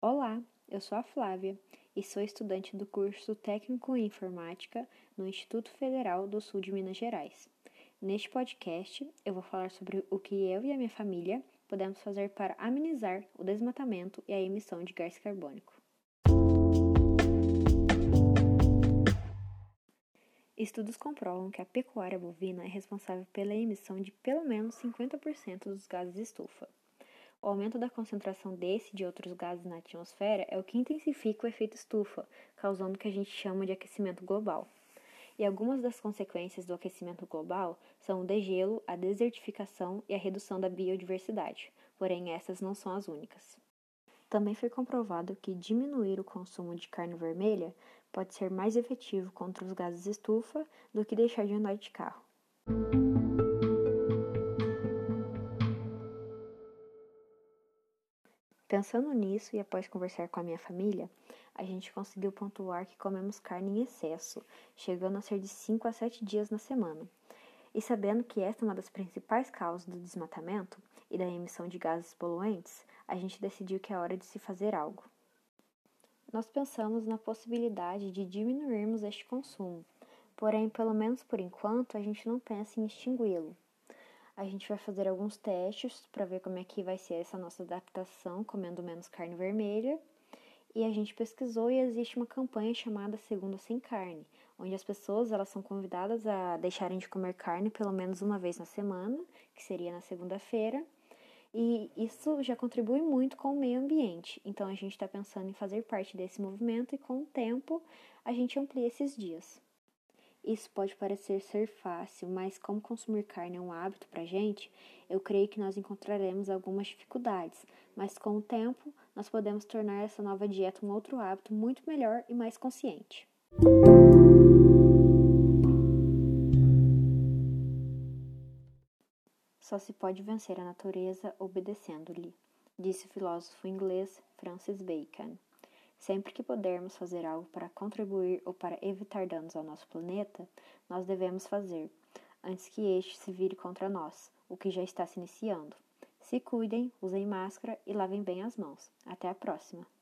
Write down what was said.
Olá, eu sou a Flávia e sou estudante do curso Técnico em Informática no Instituto Federal do Sul de Minas Gerais. Neste podcast, eu vou falar sobre o que eu e a minha família podemos fazer para amenizar o desmatamento e a emissão de gás carbônico. Estudos comprovam que a pecuária bovina é responsável pela emissão de pelo menos 50% dos gases estufa. O aumento da concentração desse e de outros gases na atmosfera é o que intensifica o efeito estufa, causando o que a gente chama de aquecimento global. E algumas das consequências do aquecimento global são o degelo, a desertificação e a redução da biodiversidade, porém essas não são as únicas. Também foi comprovado que diminuir o consumo de carne vermelha pode ser mais efetivo contra os gases estufa do que deixar de andar de carro. Pensando nisso e após conversar com a minha família, a gente conseguiu pontuar que comemos carne em excesso, chegando a ser de 5 a 7 dias na semana. E sabendo que esta é uma das principais causas do desmatamento e da emissão de gases poluentes, a gente decidiu que é hora de se fazer algo. Nós pensamos na possibilidade de diminuirmos este consumo, porém, pelo menos por enquanto, a gente não pensa em extingui-lo. A gente vai fazer alguns testes para ver como é que vai ser essa nossa adaptação comendo menos carne vermelha. E a gente pesquisou e existe uma campanha chamada Segunda Sem Carne, onde as pessoas elas são convidadas a deixarem de comer carne pelo menos uma vez na semana, que seria na segunda-feira. E isso já contribui muito com o meio ambiente. Então a gente está pensando em fazer parte desse movimento e com o tempo a gente amplia esses dias. Isso pode parecer ser fácil, mas como consumir carne é um hábito pra gente, eu creio que nós encontraremos algumas dificuldades, mas com o tempo nós podemos tornar essa nova dieta um outro hábito muito melhor e mais consciente. Só se pode vencer a natureza obedecendo-lhe, disse o filósofo inglês Francis Bacon. Sempre que pudermos fazer algo para contribuir ou para evitar danos ao nosso planeta, nós devemos fazer, antes que este se vire contra nós, o que já está se iniciando. Se cuidem, usem máscara e lavem bem as mãos. Até a próxima!